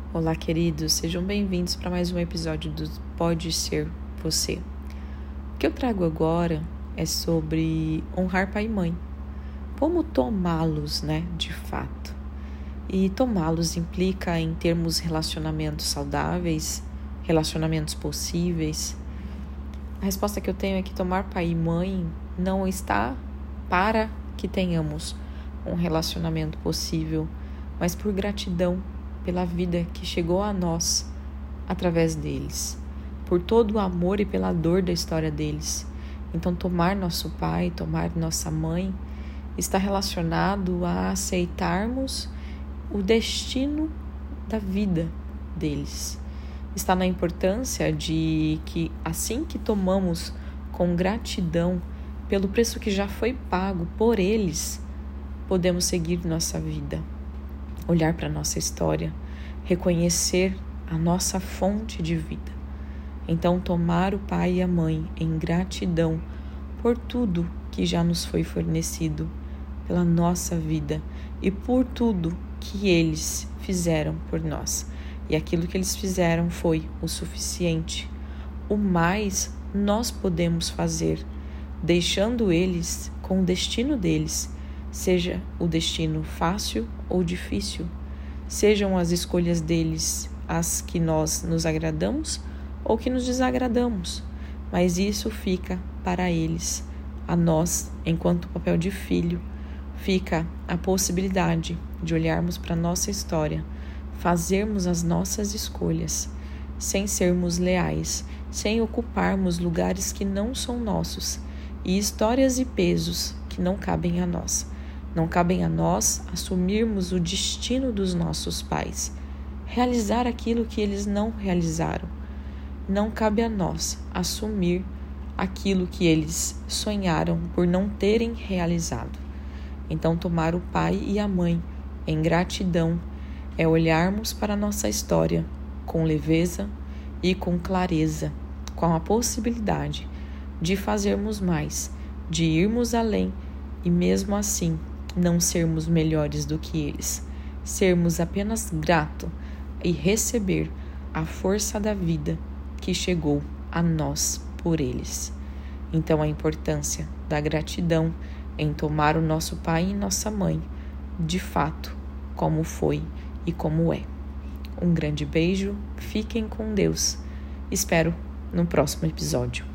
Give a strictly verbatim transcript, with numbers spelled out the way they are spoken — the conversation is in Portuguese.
Olá, queridos, sejam bem-vindos para mais um episódio do Pode Ser Você. O que eu trago agora é sobre honrar pai e mãe, como tomá-los, né, de fato. E tomá-los implica em termos relacionamentos saudáveis, relacionamentos possíveis. A resposta que eu tenho é que tomar pai e mãe não está para que tenhamos um relacionamento possível, mas por gratidão pela vida que chegou a nós através deles, por todo o amor e pela dor da história deles. Então, tomar nosso pai, tomar nossa mãe, está relacionado a aceitarmos o destino da vida deles. Está na importância de que, assim que tomamos com gratidão pelo preço que já foi pago por eles, podemos seguir nossa vida. Olhar para a nossa história, reconhecer a nossa fonte de vida. Então, tomar o pai e a mãe em gratidão por tudo que já nos foi fornecido, pela nossa vida e por tudo que eles fizeram por nós. E aquilo que eles fizeram foi o suficiente. O mais nós podemos fazer, deixando eles com o destino deles, seja o destino fácil ou difícil, sejam as escolhas deles as que nós nos agradamos ou que nos desagradamos, mas isso fica para eles. A nós, enquanto papel de filho, fica a possibilidade de olharmos para a nossa história, fazermos as nossas escolhas, sem sermos leais, sem ocuparmos lugares que não são nossos e histórias e pesos que não cabem a nós. Não cabem a nós assumirmos o destino dos nossos pais, realizar aquilo que eles não realizaram. Não cabe a nós assumir aquilo que eles sonharam por não terem realizado. Então, tomar o pai e a mãe em gratidão é olharmos para a nossa história com leveza e com clareza, com a possibilidade de fazermos mais, de irmos além e mesmo assim não sermos melhores do que eles, sermos apenas grato e receber a força da vida que chegou a nós por eles. Então, a importância da gratidão em tomar o nosso pai e nossa mãe, de fato, como foi e como é. Um grande beijo, fiquem com Deus. Espero no próximo episódio.